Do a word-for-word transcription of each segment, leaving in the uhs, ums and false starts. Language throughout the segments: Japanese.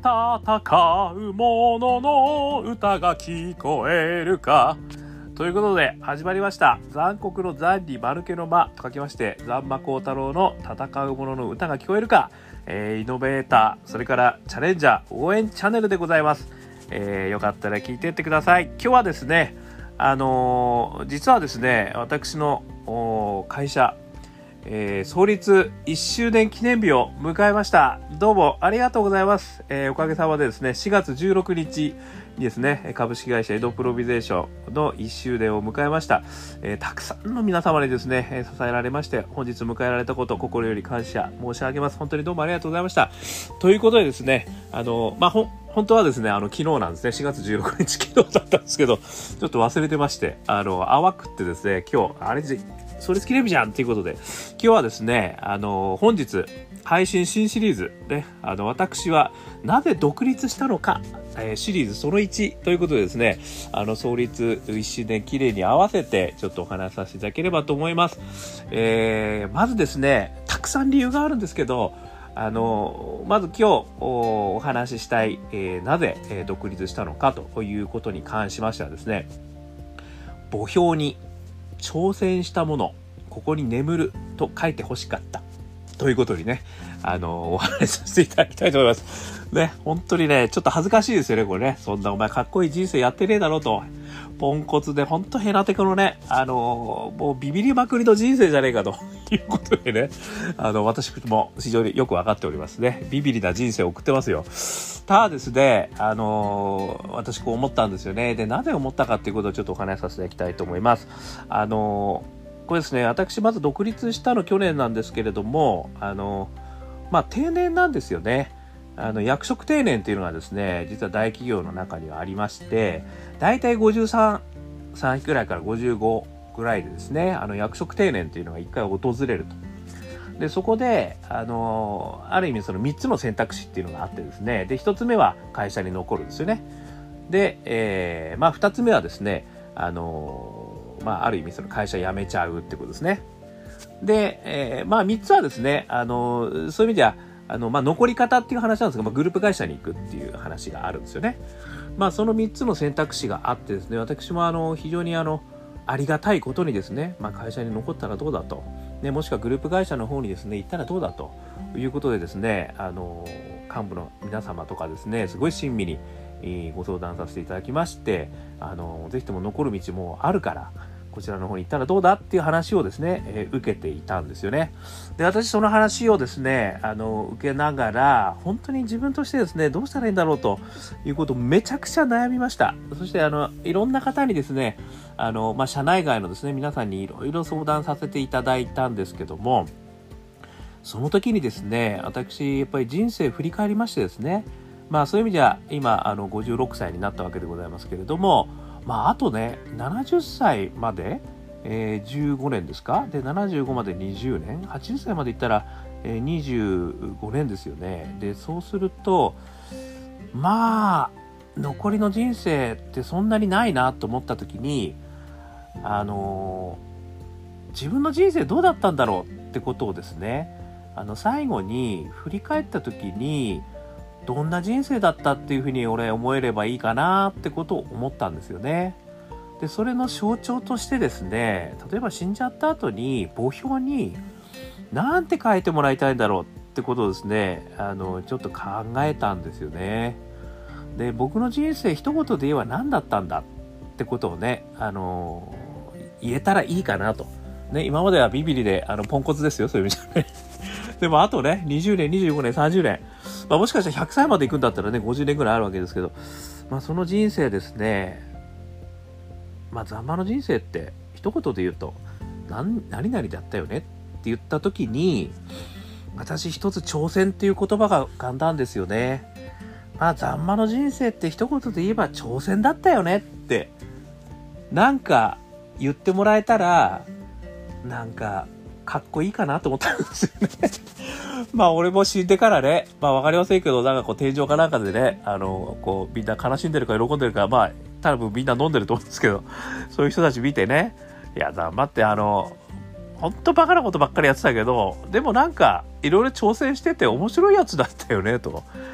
戦う者の歌が聞こえるか。ということで始まりました。残酷の残に間抜けの間と書きまして、残魔高太郎の戦う者の歌が聞こえるか、えー、イノベーター、それからチャレンジャー応援チャンネルでございます。えー、よかったら聞いていってください。今日はですね、あのー、実はですね、私の会社、えー、創立いっしゅうねん記念日を迎えました。どうもありがとうございます。えー、おかげさまでですね、しがつじゅうろくにちにですね、株式会社エドプロビゼーションのいっしゅうねんを迎えました。えー、たくさんの皆様にですね、支えられまして、本日迎えられたことを心より感謝申し上げます。本当にどうもありがとうございました。ということでですね、あの、まあ、ほん、本当はですね、あの、昨日なんですね、しがつじゅうろくにち昨日だったんですけど、ちょっと忘れてまして、あの、淡くってですね、今日、あれ、それ記念日じゃんということで、今日はですね、あの、本日、配信新シリーズで、あの、私はなぜ独立したのか、えー、シリーズそのいちということでですね、あの、創立いっしゅうねん記念に合わせて、ちょっとお話しさせていただければと思います。えー、まずですね、たくさん理由があるんですけど、あの、まず今日お、お話ししたい、えー、なぜ、えー、独立したのかということに関しましてはですね、墓標に挑戦したもの、ここに眠ると書いて欲しかったということにね、あのお話しさせていただきたいと思いますね。本当にね、ちょっと恥ずかしいですよね、これね。そんなお前かっこいい人生やってねえだろうと、ポンコツで本当ヘラテコのね、あのもうビビりまくりの人生じゃねえかということでね、あの私も非常によくわかっておりますね。ビビりな人生を送ってますよ。ただですね、あの私こう思ったんですよね。で、なぜ思ったかっていうことをちょっとお話しさせていただきたいと思います。あのこれですね、私まず独立したの去年なんですけれども、あのまあ定年なんですよね。あの役職定年っていうのがですね、実は大企業の中にはありまして、だいたいごじゅうさんさいくらいからごじゅうごぐらいでですね、あの役職定年っていうのが一回訪れると。で、そこであのある意味そのみっつの選択肢っていうのがあってですね、でひとつめは会社に残るんですよね。で、えー、まあふたつめはですね、あのまあある意味その会社辞めちゃうってことですね。で、えー、まあみっつはですね、あのそういう意味ではあの、まあ、残り方っていう話なんですが、まあ、グループ会社に行くっていう話があるんですよね。まあ、そのみっつの選択肢があってですね、私もあの、非常にあの、ありがたいことにですね、まあ、会社に残ったらどうだと。ね、もしくはグループ会社の方にですね、行ったらどうだということでですね、あの、幹部の皆様とかですね、すごい親身にご相談させていただきまして、あの、ぜひとも残る道もあるから、こちらの方に行ったらどうだっていう話をですね、えー、受けていたんですよね。で、私その話をですね、あの、受けながら、本当に自分としてですね、どうしたらいいんだろうということをめちゃくちゃ悩みました。そして、あの、いろんな方にですね、あの、まあ、社内外のですね、皆さんにいろいろ相談させていただいたんですけども、その時にですね、私、やっぱり人生振り返りましてですね、まあ、そういう意味では、今、あの、ごじゅうろくさいになったわけでございますけれども、まあ、あとね、ななじゅっさいまで、えー、じゅうごねんですか。で、ななじゅうごまでにじゅうねん、はちじゅっさいまでいったら、えー、にじゅうごねんですよね。で、そうすると、まあ、残りの人生ってそんなにないなと思った時に、あのー、自分の人生どうだったんだろうってことをですね、あの、最後に振り返った時に、どんな人生だったっていうふうに俺思えればいいかなってことを思ったんですよね。で、それの象徴としてですね、例えば死んじゃった後に墓標になんて書いてもらいたいんだろうってことをですね、あのちょっと考えたんですよね。で、僕の人生一言で言えば何だったんだってことをね、あの言えたらいいかなと。ね、今まではビビリであのポンコツですよ、そういう意味じゃね。でもあとね、にじゅうねん、にじゅうごねん、さんじゅうねん、まあ、もしかしたらひゃくさいまで行くんだったらね、ごじゅうねんぐらいあるわけですけど、まあ、その人生ですね、まあ、ざんまの人生って一言で言うと何何々だったよねって言った時に、私一つ挑戦っていう言葉が浮かんだんですよね。まあ、ざんまの人生って一言で言えば挑戦だったよねってなんか言ってもらえたら、なんかかっこいいかなと思ったんですよね。まあ俺も死んでからね、まあわかりませんけど、なんかこう天井かなんかでね、あの、こうみんな悲しんでるか喜んでるか、まあ多分みんな飲んでると思うんですけど、そういう人たち見てね、いや、頑張ってあの、ほんとバカなことばっかりやってたけど、でもなんかいろいろ挑戦してて面白いやつだったよね、と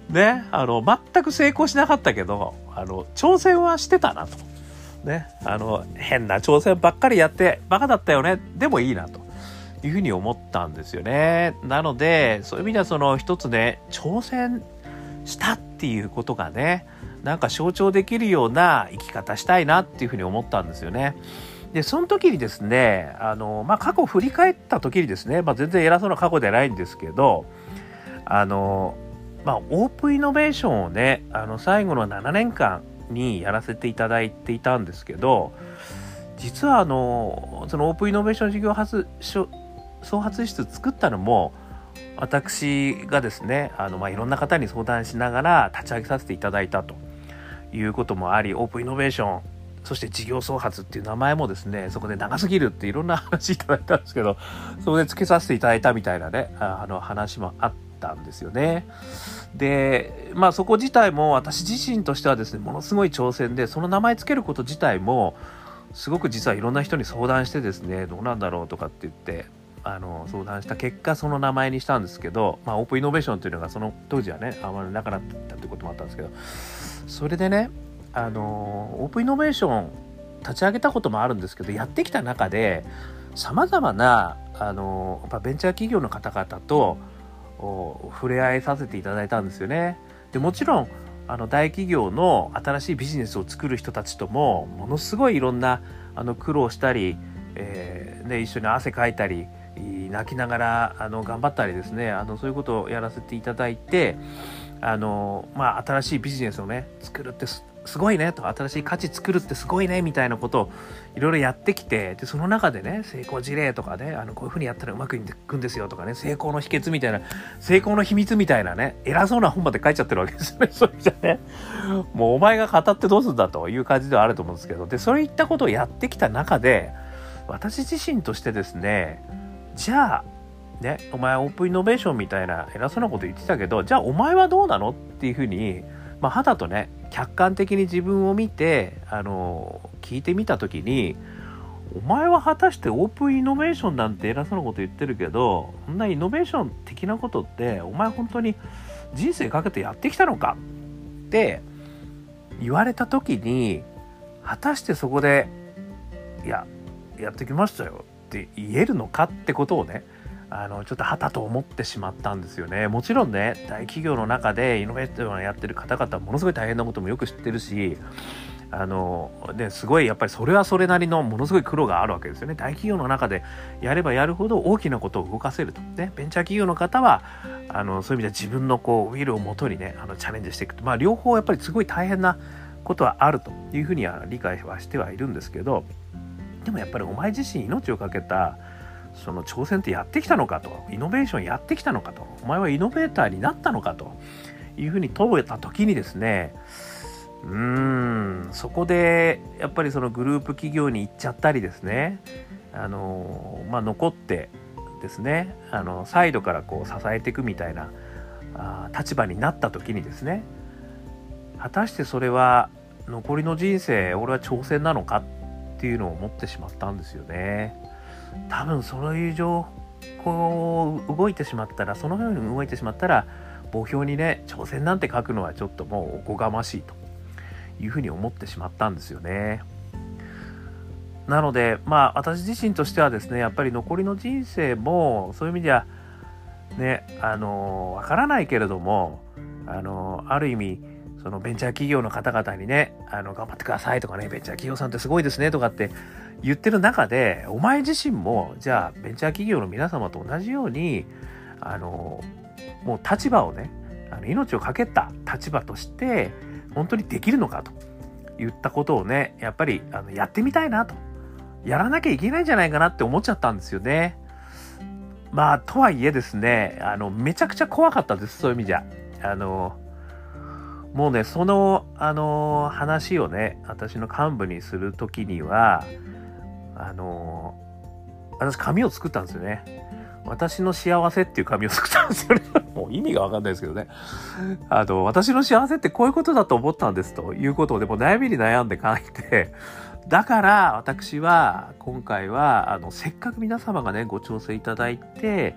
ね、あの、全く成功しなかったけど、あの、挑戦はしてたなと。ね、あの、変な挑戦ばっかりやって、バカだったよね、でもいいなというふうに思ったんですよね。なので、そういう意味ではその一つね、挑戦したっていうことがね、なんか象徴できるような生き方したいなっていうふうに思ったんですよね。で、その時にですね、あの、まあ、過去を振り返った時にですね、まあ、全然偉そうな過去ではないんですけど、あの、まあ、オープンイノベーションをね、あの、最後のななねんかんにやらせていただいていたんですけど、実はあの、そのオープンイノベーション事業発創発室作ったのも、私がですね、あの、まあ、いろんな方に相談しながら立ち上げさせていただいたということもあり、オープンイノベーション、そして事業創発っていう名前もですね、そこで長すぎるっていろんな話いただいたんですけど、そこで付けさせていただいたみたいなね、あの話もあったんですよね。で、まあそこ自体も私自身としてはですね、ものすごい挑戦で、その名前つけること自体も、すごく実はいろんな人に相談してですね、どうなんだろうとかって言って、あの相談した結果その名前にしたんですけど、まあ、オープンイノベーションというのがその当時はねあまりなくなったということもあったんですけど、それでね、あのオープンイノベーション立ち上げたこともあるんですけど、やってきた中でさまざまなあのやっぱベンチャー企業の方々と触れ合いさせていただいたんですよね。でもちろんあの大企業の新しいビジネスを作る人たちともものすごいいろんなあの苦労したり、えーね、一緒に汗かいたり泣きながらあの頑張ったりですね、あのそういうことをやらせていただいて、あの、まあ、新しいビジネスをね作るって す, すごいねと、新しい価値作るってすごいねみたいなことをいろいろやってきて、でその中でね成功事例とかね、あのこういうふうにやったらうまくいくんですよとかね、成功の秘訣みたいな、成功の秘密みたいなね偉そうな本まで書いちゃってるわけですよね。それじゃね、もうお前が語ってどうするんだという感じではあると思うんですけど、でそういったことをやってきた中で私自身としてですね、じゃあね、お前オープンイノベーションみたいな偉そうなこと言ってたけど、じゃあお前はどうなのっていうふうに、まあ、肌とね客観的に自分を見てあの聞いてみたときに、お前は果たしてオープンイノベーションなんて偉そうなこと言ってるけど、そんなイノベーション的なことってお前本当に人生かけてやってきたのかって言われたときに、果たしてそこでいややってきましたよって言えるのかってことをね、あのちょっとはたと思ってしまったんですよね。もちろんね大企業の中でイノベーションをやってる方々はものすごい大変なこともよく知ってるし、あのですごいやっぱりそれはそれなりのものすごい苦労があるわけですよね。大企業の中でやればやるほど大きなことを動かせると、ね、ベンチャー企業の方はあのそういう意味では自分のこうウィルをもとにねあのチャレンジしていくと、まあ、両方やっぱりすごい大変なことはあるというふうには理解はしてはいるんですけど、でもやっぱりお前自身命をかけたその挑戦ってやってきたのかと、イノベーションやってきたのかと、お前はイノベーターになったのかというふうに問えた時にですね、うーんそこでやっぱりそのグループ企業に行っちゃったりですね、あのまあ残ってですね、あのサイドからこう支えていくみたいなあ立場になった時にですね、果たしてそれは残りの人生俺は挑戦なのかっていうのを思ってしまったんですよね。多分そういう情報を動いてしまったら、そのように動いてしまったら墓標にね挑戦なんて書くのはちょっともうおこがましいというふうに思ってしまったんですよね。なのでまあ私自身としてはですね、やっぱり残りの人生もそういう意味ではね、あのわからないけれども、あのある意味そのベンチャー企業の方々にね、あの頑張ってくださいとかね、ベンチャー企業さんってすごいですねとかって言ってる中で、お前自身もじゃあベンチャー企業の皆様と同じようにあのもう立場をね、あの命を懸けた立場として本当にできるのかと言ったことをね、やっぱりあのやってみたいなと、やらなきゃいけないんじゃないかなって思っちゃったんですよね。まあとはいえですね、あのめちゃくちゃ怖かったです。そういう意味じゃあのもうねそのあの話をね私の幹部にするときにはあの私紙を作ったんですよね。私の幸せっていう紙を作ったんですよね。もう意味がわかんないですけどね。あの私の幸せってこういうことだと思ったんですということをでも悩みに悩んで書いて、だから私は今回はあのせっかく皆様がねご調整いただいて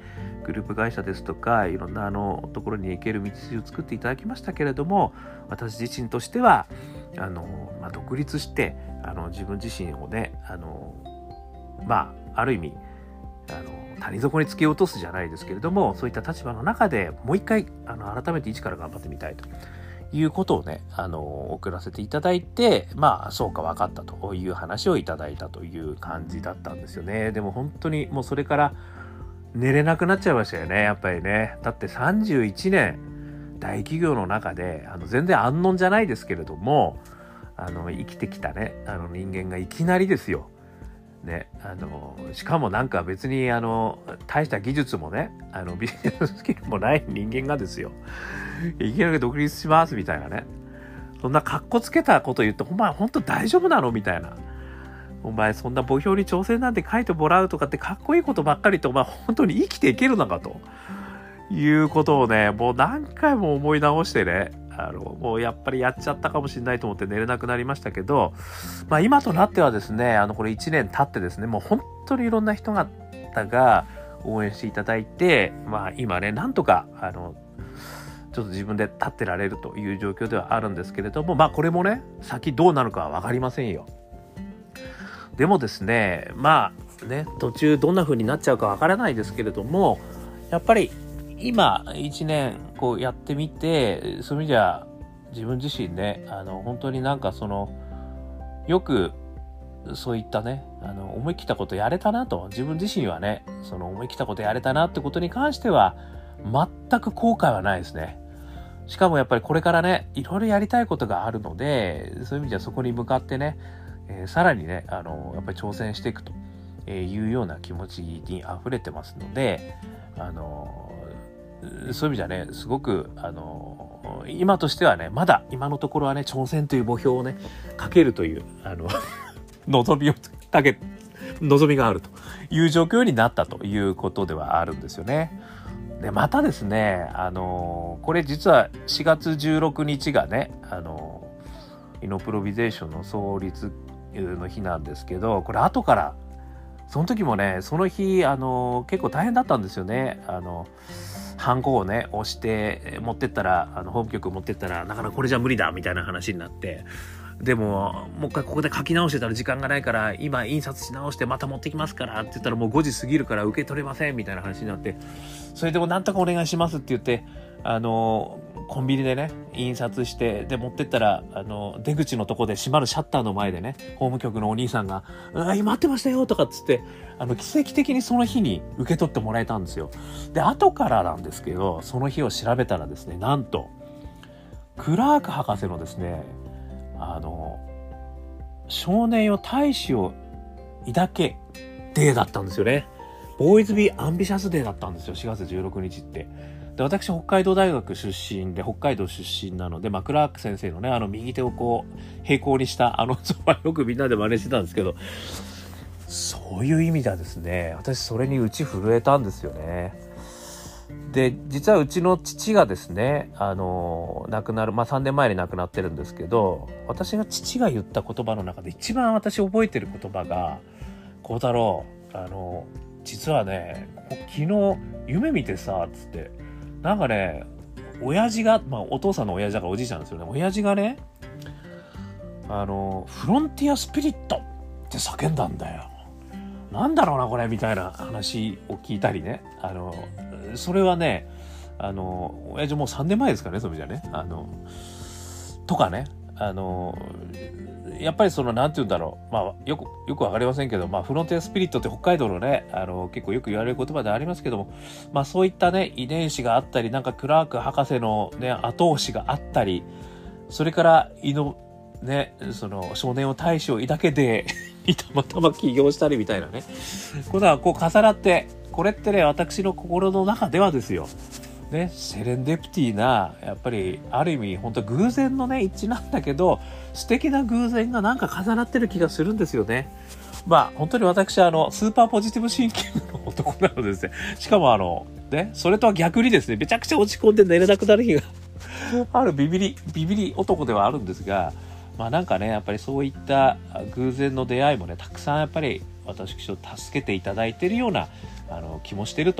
グループ会社ですとかいろんなあのところに行ける道筋を作っていただきましたけれども、私自身としてはあの、まあ、独立してあの自分自身をねあのまあある意味あの谷底に突き落とすじゃないですけれども、そういった立場の中でもう一回あの改めて一から頑張ってみたいということをねあの送らせていただいて、まあそうか分かったという話をいただいたという感じだったんですよね。でも本当にもうそれから寝れなくなっちゃいましたよね、やっぱりね。だってさんじゅういちねん大企業の中であの全然安穏じゃないですけれども、あの生きてきたねあの人間がいきなりですよね、あのしかもなんか別にあの大した技術もねあのビジネススキルもない人間がですよいきなり独立しますみたいなね、そんなカッコつけたこと言ってお前本当大丈夫なのみたいな、お前そんな墓標に挑戦なんて書いてもらうとかってかっこいいことばっかりってお前本当に生きていけるのかということをねもう何回も思い直してね、あのもうやっぱりやっちゃったかもしれないと思って寝れなくなりましたけど、まあ今となってはですね、あのこれいちねん経ってですね、もう本当にいろんな人方が応援していただいて、まあ今ねなんとかあのちょっと自分で立ってられるという状況ではあるんですけれども、まあこれもね先どうなるかは分かりませんよ。でもですね、まあね途中どんな風になっちゃうか分からないですけれども、やっぱり今いちねんこうやってみて、そういう意味じゃ自分自身ねあの本当になんかそのよくそういったねあの思い切ったことやれたなと、自分自身はねその思い切ったことやれたなってことに関しては全く後悔はないですね。しかもやっぱりこれからねいろいろやりたいことがあるので、そういう意味じゃそこに向かってね、えー、さらにねあのやっぱり挑戦していくというような気持ちに溢れてますので、あのそういう意味じゃねすごくあの今としてはねまだ今のところはね挑戦という墓標をねかけるというあの望みをかけ望みがあるという状況になったということではあるんですよね。でまたですねあのこれ実はしがつじゅうろくにちがねあのイノプロビゼーションの創立の日なんですけど、これ後からその時もねその日あの結構大変だったんですよね。あのハンコをね押して持ってったらあの法務局持ってったらなかなかこれじゃ無理だみたいな話になって、でももう一回ここで書き直してたら時間がないから今印刷し直してまた持ってきますからって言ったらもうごじ過ぎるから受け取れませんみたいな話になって、それでもなんとかお願いしますって言ってあのコンビニでね印刷してで持ってったらあの出口のとこで閉まるシャッターの前でね法務局のお兄さんが「うわ待ってましたよ」とかっつってあの奇跡的にその日に受け取ってもらえたんですよ。で後からなんですけどその日を調べたらですね、なんとクラーク博士のですねあの少年よ大志を抱けデーだったんですよね。ボーイズビーアンビシャスデーだったんですよ、しがつじゅうろくにちって。で私北海道大学出身で北海道出身なので、まあ、クラーク先生のねあの右手をこう平行にしたあのそばよくみんなで真似してたんですけど、そういう意味ではですね私それに打ち震えたんですよね。で実はうちの父がですねあの亡くなる、まあ、さんねんまえに亡くなってるんですけど、私が父が言った言葉の中で一番私覚えてる言葉が「孝太郎あの実はね昨日夢見てさ」つってなんかね親父が、まあ、お父さんの親父だからおじいちゃんですよね、親父がねあのフロンティアスピリットって叫んだんだよ、なんだろうなこれみたいな話を聞いたりね、あのそれはねあの親父もうさんねんまえですからね、それじゃねあのとかねあのやっぱりそのなんて言うんだろう、まあよくよくわかりませんけど、まあフロンティアスピリットって北海道のねあの結構よく言われる言葉でありますけども、まあそういったね遺伝子があったり、なんかクラーク博士のね後押しがあったり、それから胃のねその少年を大志を抱けでたまたま起業したりみたいなねこれはこう重なって、これってね私の心の中ではですよね、セレンデプティなやっぱりある意味本当偶然のね一致なんだけど素敵な偶然がなんか重なってる気がするんですよね。まあ本当に私はあのスーパーポジティブシンキングの男なのでですね、しかもあのねそれとは逆にですねめちゃくちゃ落ち込んで寝れなくなる日があるビビりビビり男ではあるんですが、まあなんかねやっぱりそういった偶然の出会いもねたくさんやっぱり私を助けていただいているようなあの気もしていると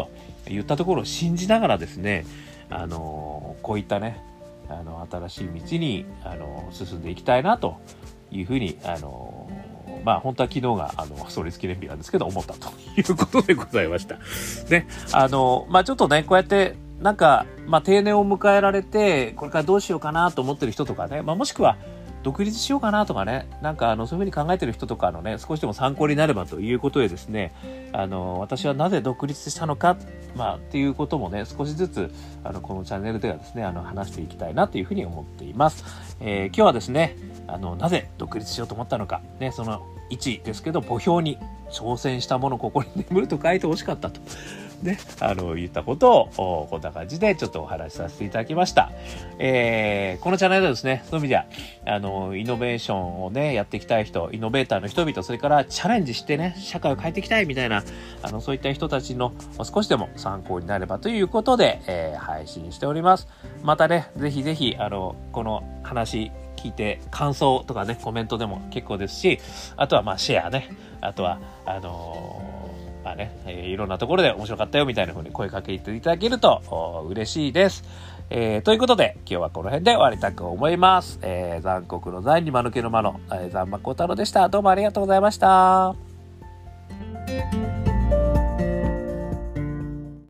言ったところを信じながらですね、あのこういったね、あの新しい道にあの進んでいきたいなというふうに、あのまあ本当は昨日があの創立記念日なんですけど思ったということでございました。ね、あのまあちょっとね、こうやってなんか、まあ、定年を迎えられてこれからどうしようかなと思ってる人とかね、まあ、もしくは独立しようかなとかね、なんかあのそういうふうに考えてる人とかのね、少しでも参考になればということでですね、あの私はなぜ独立したのか、まあ、っていうこともね、少しずつあのこのチャンネルではですね、あの話していきたいなというふうに思っています。えー、今日はですね、あのなぜ独立しようと思ったのか、ね、そのいちですけど、墓標に挑戦したものここに眠ると書いてほしかったと。ね、あの言ったことをこんな感じでちょっとお話しさせていただきました。えー、このチャンネルではですね、そういう意味ではあのイノベーションをねやっていきたい人、イノベーターの人々、それからチャレンジしてね社会を変えていきたいみたいな、あのそういった人たちの少しでも参考になればということで、えー、配信しております。またね、ぜひぜひあのこの話聞いて感想とかね、コメントでも結構ですし、あとはまあシェアね、あとはあのーまあね、えー、いろんなところで面白かったよみたいな風に声かけていただけると嬉しいです。えー、ということで今日はこの辺で終わりたく思います。えー、残酷の残に間抜けの間の、えー、残馬幸太郎でした。どうもありがとうございました。